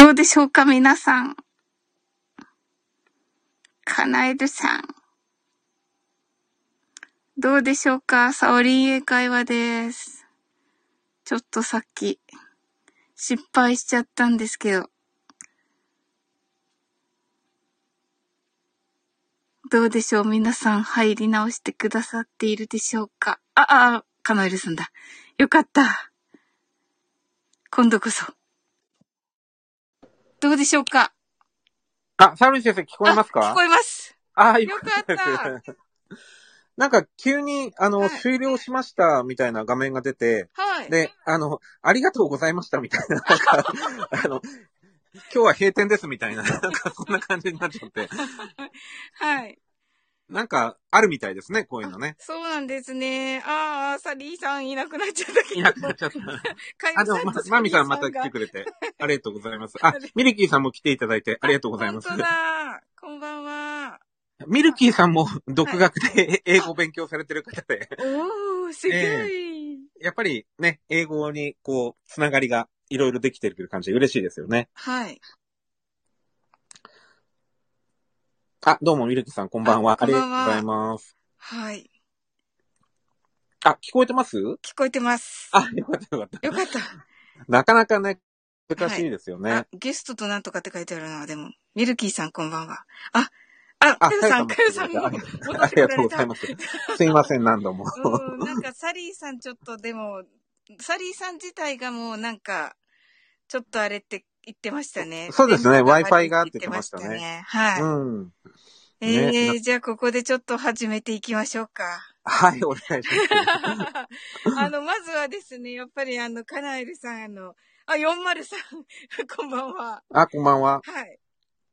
どうでしょうか、皆さん。カナエルさん。どうでしょうか、サオリン英会話です。ちょっとさっき、失敗しちゃったんですけど。どうでしょう、皆さん入り直してくださっているでしょうか。カナエルさんだ。よかった。今度こそ。どうでしょうか。 サウリン先生聞こえますか？ 聞こえます。よかった。 なんか急に、終了しましたみたいな画面が出て、 はい。 で、ありがとうございましたみたいな、なんか、今日は閉店ですみたいな、なんかそんな感じになっちゃって。 はい。 なんか、あるみたいですね、こういうのね。 そうなんですね。サリーさんいなくなっちゃったけど。 いなくなっちゃった。マミさんまた来てくれて、ありがとうございます。ミルキーさんも来ていただいて、ありがとうございます。 本当だ。こんばんは。 ミルキーさんも独学で英語を勉強されてる方で。 すごい、 やっぱりね、英語にこう、つながりがいろいろできてるという感じで嬉しいですよね。 はい。 どうもミルキーさんこんばんは。ありがとうございます。 はい。 聞こえてます？ 聞こえてます。 よかったよかった。 よかった。 なかなかね、難しいですよね。 ゲストとなんとかって書いてあるな。でも、ミルキーさんこんばんは。カヨさんも。 ありがとうございます。すいません、何度も。 なんかサリーさんちょっとでも、サリーさん自体がもうなんか、ちょっとあれって言ってましたね。 そうですね、Wi-Fi がって言ってましたね。 はい。 うん。 じゃあここでちょっと始めていきましょうか。 はい、お願いします。まずはですね、やっぱりカナエルさん403、こんばんは。 こんばんは。 はい。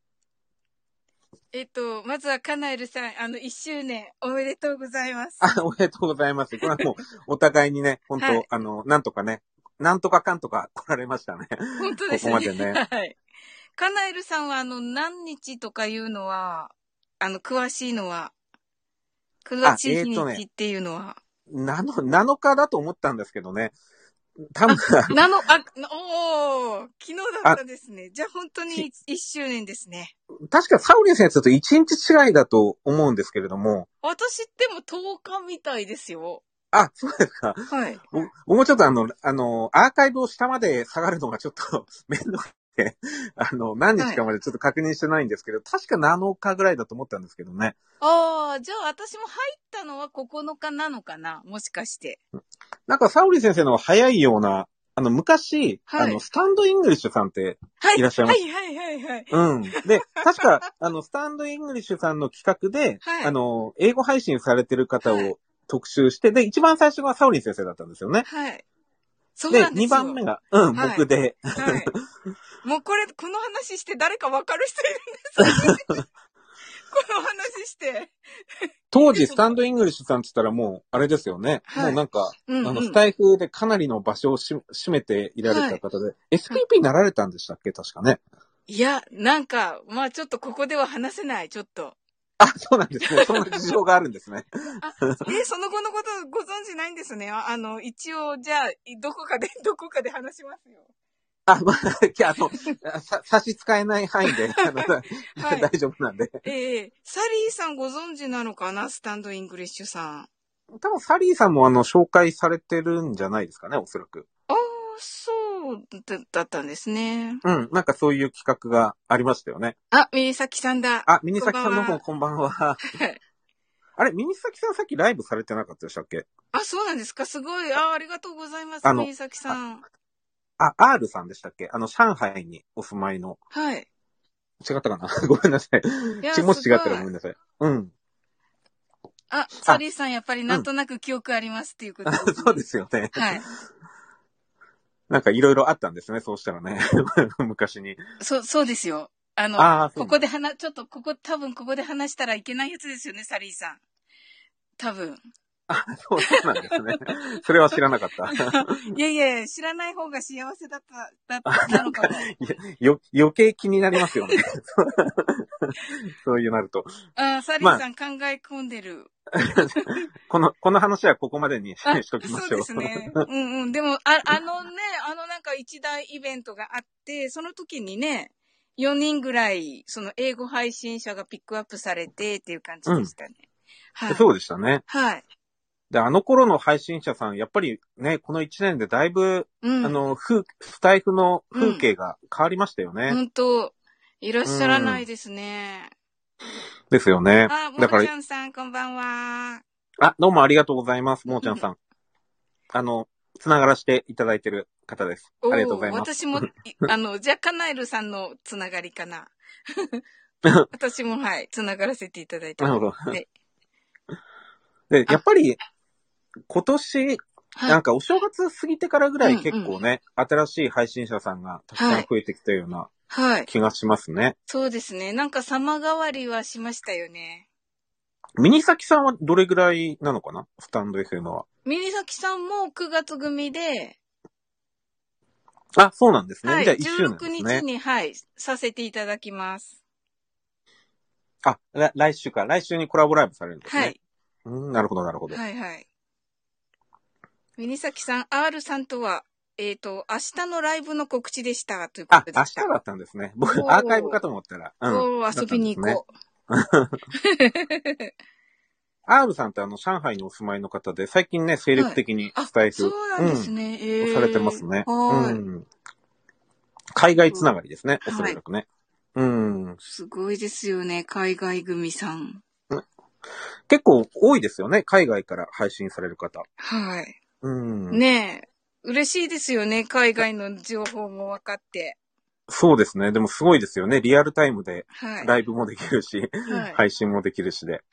まずはカナエルさん、1周年おめでとうございます。 おめでとうございます。これはもう、お互いにね、本当、はい、なんとかね、なんとかかんとか来られましたね。 本当ですね。 ここまでね。 はい。カナエルさんは何日とかいうのは、詳しいのは、詳しい日にちっていうのは。 7日だと思ったんですけどね。多分。 昨日だったですね。じゃあ本当に1周年ですね。 確かサウリン先生と1日違いだと思うんですけれども。 私っても10日みたいですよ。 そうですか。 はい。 僕もちょっとアーカイブを下まで下がるのがちょっと面倒で、何日かまでちょっと確認してないんですけど、確か7日ぐらいだと思ったんですけどね。 じゃあ私も入ったのは9日なのかな、もしかして。 なんかサウリ先生の早いような、昔、スタンドイングリッシュさんっていらっしゃいます。 はい。 うん。で、確か、スタンドイングリッシュさんの企画で、英語配信されてる方を特集して、で、一番最初がサウリン先生だったんですよね。 はい。そうなんですよ。 で、2番目が、僕で。 はい。もうこの話して誰かわかる人いるんですか？この話して。 当時、スタンドイングリッシュさんって言ったらもう、あれですよね。もうなんか、スタイフでかなりの場所を占めていられた方で、SPP になられたんでしたっけ？確かね。 いや、なんか、ちょっとここでは話せない、ちょっと。 そうなんですね。そんな事情があるんですね。 その後のことご存知ないんですね。一応、じゃあ、どこかで話しますよ。 差し支えない範囲で、大丈夫なんで。 サリーさんご存知なのかな？スタンドイングリッシュさん。 多分サリーさんも紹介されてるんじゃないですかね、おそらく。 そうだったんですね。 なんかそういう企画がありましたよね。 ミニサキさんだ。 ミニサキさんの方こんばんは。あれ、ミニサキさんさっきライブされてなかったでしたっけ？ そうなんですか。すごい。ありがとうございます、ミニサキさん。 R さんでしたっけ？上海にお住まいの。 はい。 違ったかなごめんなさい。もし違ったらごめんなさい。 サリーさんやっぱりなんとなく記憶ありますっていうことですね。 そうですよね。 はい。 なんかいろいろあったんですね、そうしたらね。昔に。 そうですよ。ここで多分ここで話したらいけないやつですよね、サリーさん。多分。 あ、そうなんですね。それは知らなかった。 いやいや、知らない方が幸せだった、なのかも。 余計気になりますよね。そういうなると。 サリーさん、考え込んでる。 この話はここまでにしときましょう。 そうですね。うんうん。でも、なんか一大イベントがあって、その時にね、4人ぐらい、その英語配信者がピックアップされてっていう感じでしたね。 はい。そうでしたね。 はい。 で、あの頃の配信者さん、やっぱりね、この1年でだいぶ、スタイフの風景が変わりましたよね。 本当いらっしゃらないですね。 ですよね。 もーちゃんさん、こんばんは。 どうもありがとうございます、もーちゃんさん。つながらせていただいてる方です。ありがとうございます。 私も、じゃあ、カナエルさんのつながりかな。私も、はい、つながらせていただいてます。なるほど。 で、やっぱり、今年、なんかお正月過ぎてからぐらい結構ね、新しい配信者さんがたくさん増えてきたような気がしますね。 そうですね。なんか様変わりはしましたよね。 ミニサキさんはどれぐらいなのかな？スタンド FM は。 ミニサキさんも9月組で、 あ、そうなんですね。 はい、 じゃあ1周年ですね。 16日に、はい、させていただきます。 あ、来週か。来週にコラボライブされるんですね。はい。なるほど、なるほど。 はいはい。ミニサキさん、R さんとは、明日のライブの告知でしたということでした。 明日だったんですね。僕、アーカイブかと思ったら。 遊びに行こう。 R さんって上海にお住まいの方で、最近ね、精力的にスタイフ、 そうなんですね。 されてますね。海外つながりですね、おそらくね。 すごいですよね、海外組さん。 結構多いですよね、海外から配信される方。 はい。ねえ、嬉しいですよね、海外の情報も分かって。 そうですね。でもすごいですよね。リアルタイムでライブもできるし、配信もできるしで。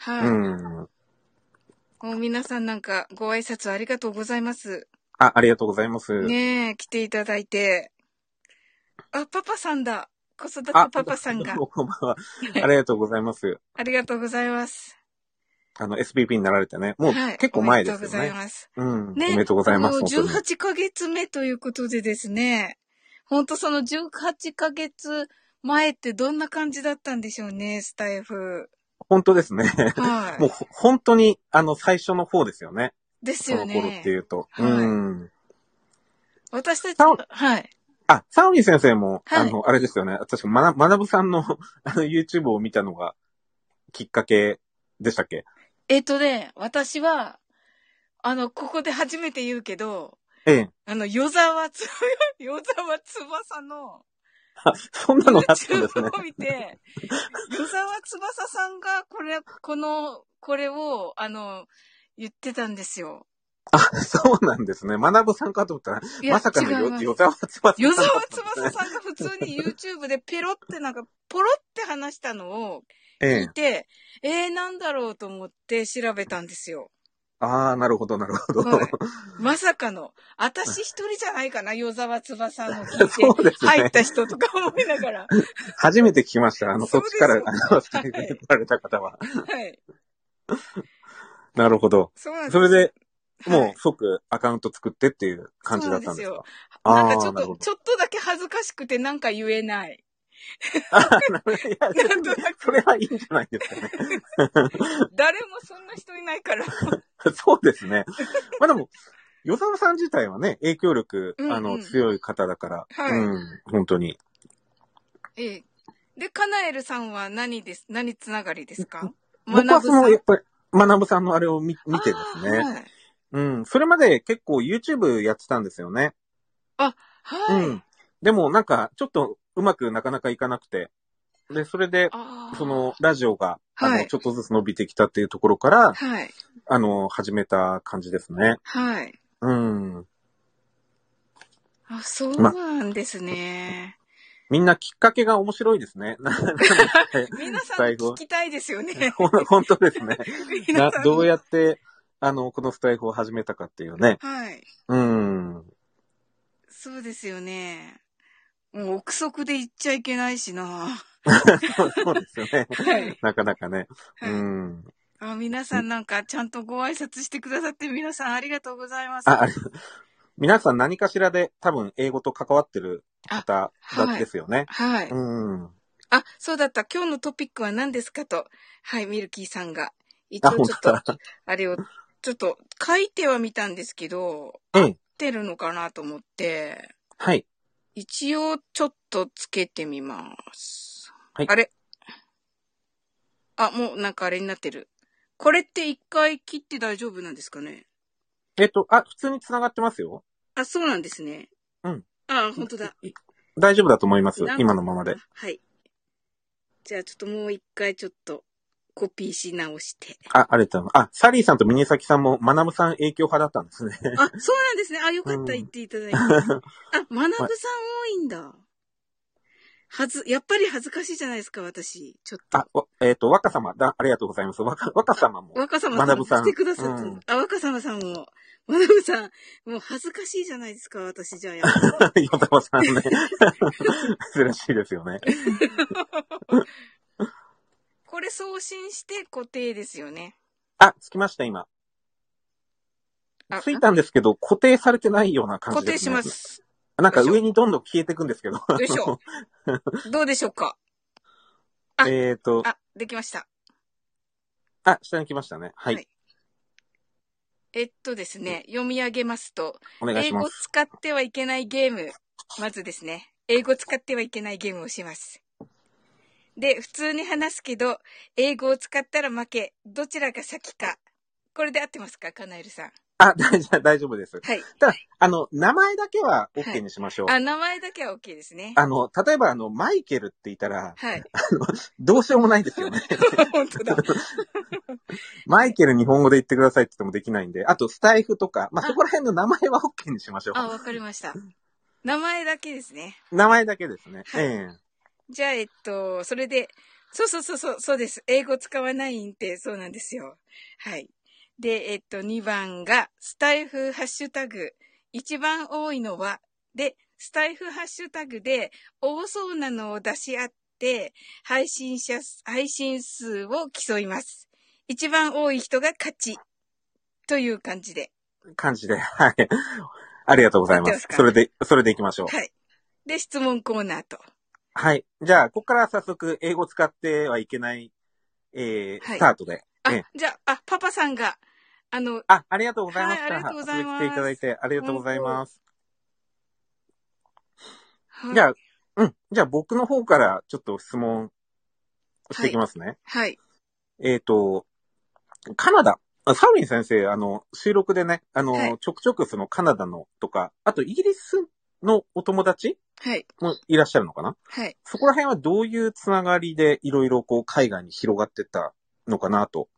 もう皆さんなんかご挨拶ありがとうございます。 ありがとうございます。 ねえ、来ていただいて。パパさんだ。子育てパパさんが。 こんばんは。ありがとうございます。 ありがとうございます。 SPP になられてね。もう結構前ですよね。 おめでとうございます。 おめでとうございます。 18ヶ月目ということでですね。本当その18ヶ月前ってどんな感じだったんでしょうね、スタイフ。 本当ですね。はい。もう本当に最初の方ですよね。 ですよね。 その頃っていうと。 私たち、はい。 サオニー先生も、あれですよね。私、学さんのYouTube を見たのがきっかけでしたっけ？ 私は、ここで初めて言うけど、 与沢翼の、 そんなのあったんですね。 YouTube を見て、与沢翼さんがこれを、言ってたんですよ。 そうなんですね。学さんかと思ったら、まさかの与沢翼さん。 与沢翼さんが普通に YouTube でペロってポロって話したのを聞いて、なんだろうと思って調べたんですよ。 なるほど、なるほど。 はい、まさかの、私一人じゃないかな、与沢翼の聞いて、入った人とか思いながら。 初めて聞きました。そっちから、来られた方は。 はい。 なるほど。 そうなんです。 それで、もう即アカウント作ってっていう感じだったんですか？ なんかちょっとだけ恥ずかしくてなんか言えない。 それはいいんじゃないですかね。 誰もそんな人いないから。 そうですね。まあでも、与沢さん自体はね、影響力、強い方だから、本当に。 で、カナエルさんは何つながりですか？ 僕はやっぱり、学さんのあれを見てですね。それまで結構 YouTube やってたんですよね。 はい。 でもなんか、ちょっとうまくなかなかいかなくて。で、それで、ラジオが、ちょっとずつ伸びてきたっていうところから、始めた感じですね。 はい。そうなんですね。 みんなきっかけが面白いですね。 皆さん聞きたいですよね。 本当ですね。どうやって、このスタイフを始めたかっていうね。 はい。そうですよね。もう憶測で言っちゃいけないしな。 そうですよね。なかなかね。 皆さんなんかちゃんとご挨拶してくださって皆さんありがとうございます。 皆さん何かしらで多分英語と関わってる方ですよね。 はい。そうだった。今日のトピックは何ですかと。はい、ミルキーさんが。一応ちょっと、あれを、ちょっと書いてはみたんですけど、合ってるのかなと思って、 はい。 一応ちょっとつけてみます。 はい。 あれ？もうなんかあれになってる。これって一回切って大丈夫なんですかね？ 普通に繋がってますよ。 そうなんですね。 うん。 本当だ。 大丈夫だと思います。今のままで。 はい。じゃあちょっともう一回ちょっとコピーし直して。 ありがとうございます。サリーさんとミニサキさんもマナブさん影響派だったんですね。 そうなんですね。よかった、言っていただいて。マナブさん多いんだ。やっぱり恥ずかしいじゃないですか、私。ちょっと。 若様ありがとうございます。若様も。 若様さんも来てくださって、若様さんも。マナブさん、もう恥ずかしいじゃないですか、私じゃあやっぱり。 ヨタマさんね。珍しいですよね。 これ送信して固定ですよね。 つきました、今。ついたんですけど、固定されてないような感じですね。 固定します。 なんか上にどんどん消えていくんですけど。 よいしょ。どうでしょうか？できました。 下に来ましたね。はい。 ですね、読み上げますと、 お願いします。 英語使ってはいけないゲーム。まずですね、英語使ってはいけないゲームをします。で、普通に話すけど、英語を使ったら負け。どちらが先か。これで合ってますか、カナエルさん？ 大丈夫です。 はい。 ただ、名前だけは OK にしましょう。 名前だけは OK ですね。 例えばマイケルって言ったら、 はい。 どうしようもないですよね。 本当だ。 マイケル日本語で言ってくださいって言ってもできないんで、あとスタイフとか、そこら辺の名前は OK にしましょう。 わかりました。名前だけですね。 名前だけですね。 じゃあ、それで、そうです。英語使わないんってそうなんですよ。はい。で、2番が、スタイフハッシュタグ。一番多いのは、で、スタイフハッシュタグで多そうなのを出し合って、配信数を競います。一番多い人が勝ち。という感じで。 はい。ありがとうございます。それで行きましょう。 はい。で、質問コーナーと。 はい。じゃあ、ここから早速、英語使ってはいけない、スタートで。 じゃあ、パパさんが、 ありがとうございます。 はい、ありがとうございます。 来ていただいてありがとうございます。 はい、 じゃあ僕の方からちょっと質問していきますね。 はい。 カナダ。サウリン先生、収録でね、ちょくちょくそのカナダのとか、あとイギリスのお友達もいらっしゃるのかな？ はい。 そこら辺はどういうつながりでいろいろこう海外に広がってったのかなと。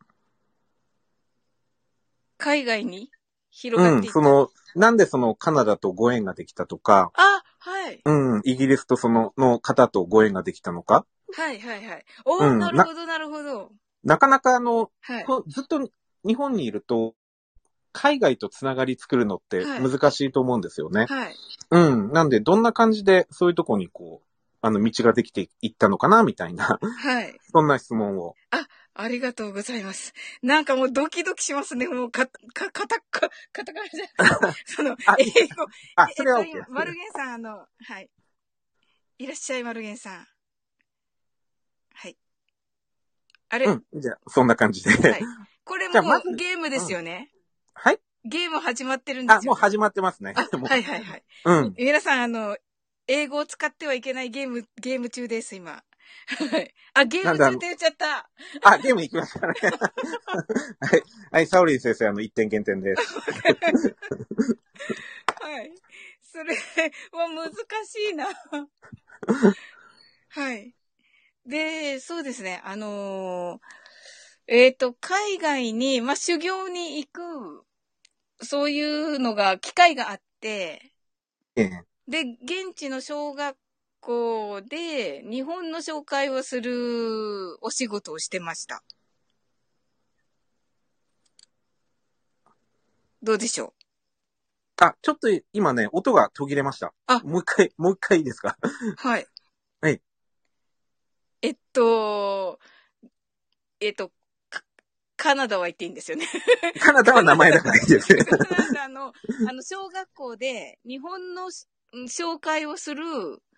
海外に広がっていった。 なんでそのカナダとご縁ができたとか。 はい。 イギリスとの方とご縁ができたのか。 はい。なるほど、なるほど。 なかなかずっと日本にいると、海外とつながり作るのって難しいと思うんですよね。 はい。 なんで、どんな感じでそういうとこにこう、道ができていったのかな、みたいな。 はい。 そんな質問を。 ありがとうございます。なんかもうドキドキしますね。もうカタカナじゃない。英語。 それは OK。 マルゲンさん、はい。いらっしゃい、マルゲンさん。はい。あれ？ じゃあ、そんな感じで。はい。 これもうゲームですよね。 はい？ ゲーム始まってるんですよ。 もう始まってますね。 はい。皆さん、英語を使ってはいけないゲーム中です、今。はい。ゲーム中って言っちゃった。 ゲーム行きましたね。はい、サオリン先生、1点減点です。 はい。それは難しいな。はい。で、そうですね。海外に、修行に行く、そういうのが、機会があって、で、現地の小学校で、日本の紹介をするお仕事をしてました。どうでしょう？ ちょっと今ね、音が途切れました。もう一回いいですか？ はい。 はい。 カナダは言っていいんですよね。 カナダは名前だからいいですね。 カナダの、小学校で日本の紹介をする、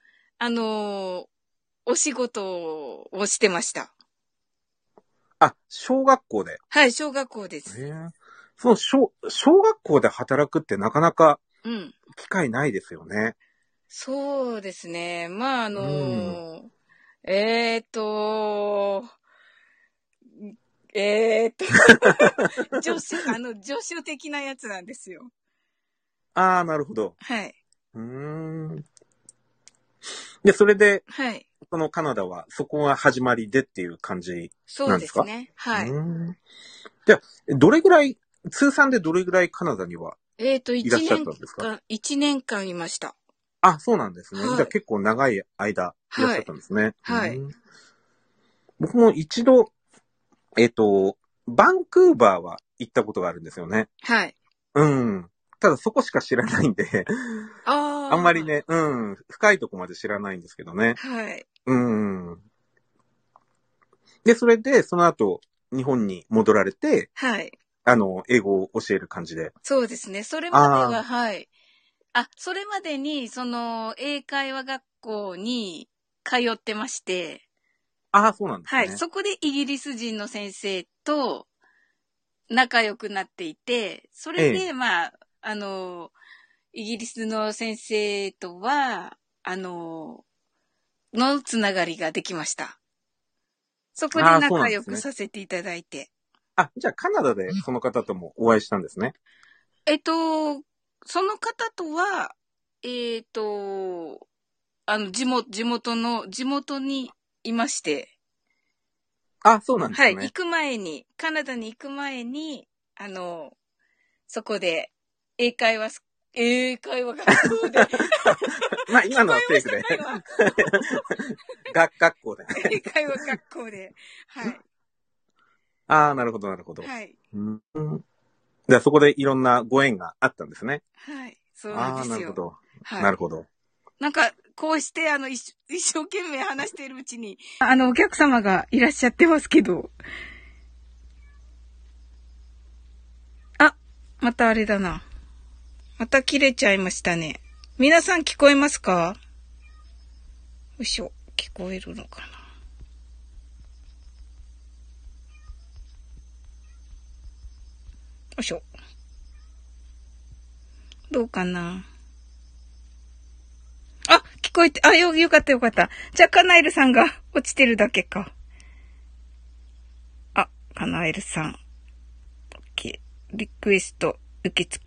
お仕事をしてました。 あ、小学校で。 はい、小学校です。 その小学校で働くってなかなか、機会ないですよね。 そうですね。まあ、助手的なやつなんですよ。 ああ、なるほど。 はい。 で、それで、 はい。 そのカナダは、そこが始まりでっていう感じなんですか？ そうですね。はい。 じゃあ、通算でどれぐらいカナダにはいらっしゃったんですか ？1年間いました。 あ、そうなんですね。はい、じゃあ結構長い間いらっしゃったんですね。 はい。 僕も一度、バンクーバーは行ったことがあるんですよね。 はい。 ただそこしか知らないんであんまりね、深いとこまで知らないんですけどね。 はい。 で、それで、その後、日本に戻られて、 はい。 英語を教える感じで。 そうですね。それまでは、はい。それまでに、英会話学校に通ってまして。 そうなんですね。 はい。そこでイギリス人の先生と仲良くなっていて、それで、まあ、イギリスの先生とは、のつながりができました。そこで仲良くさせていただいて。 じゃあカナダでその方ともお会いしたんですね。 その方とは、地元にいまして。 そうなんですね。 はい、カナダに行く前に、そこで、英会話学校で。 まあ、今のはフェイクで。学校で。 英会話学校で。はい。 なるほど、なるほど。 はい。 じゃあそこでいろんなご縁があったんですね。 はい。そうなんですよ。 なるほど。 はい。 なるほど。 なんか、こうして、一生懸命話しているうちに、お客様がいらっしゃってますけど。またあれだな。また切れちゃいましたね。皆さん聞こえますか？よいしょ。聞こえるのかな。よいしょ。どうかな。聞こえて、よかったよかった。じゃあ、カナエルさんが落ちてるだけか。カナエルさん。リクエスト受付。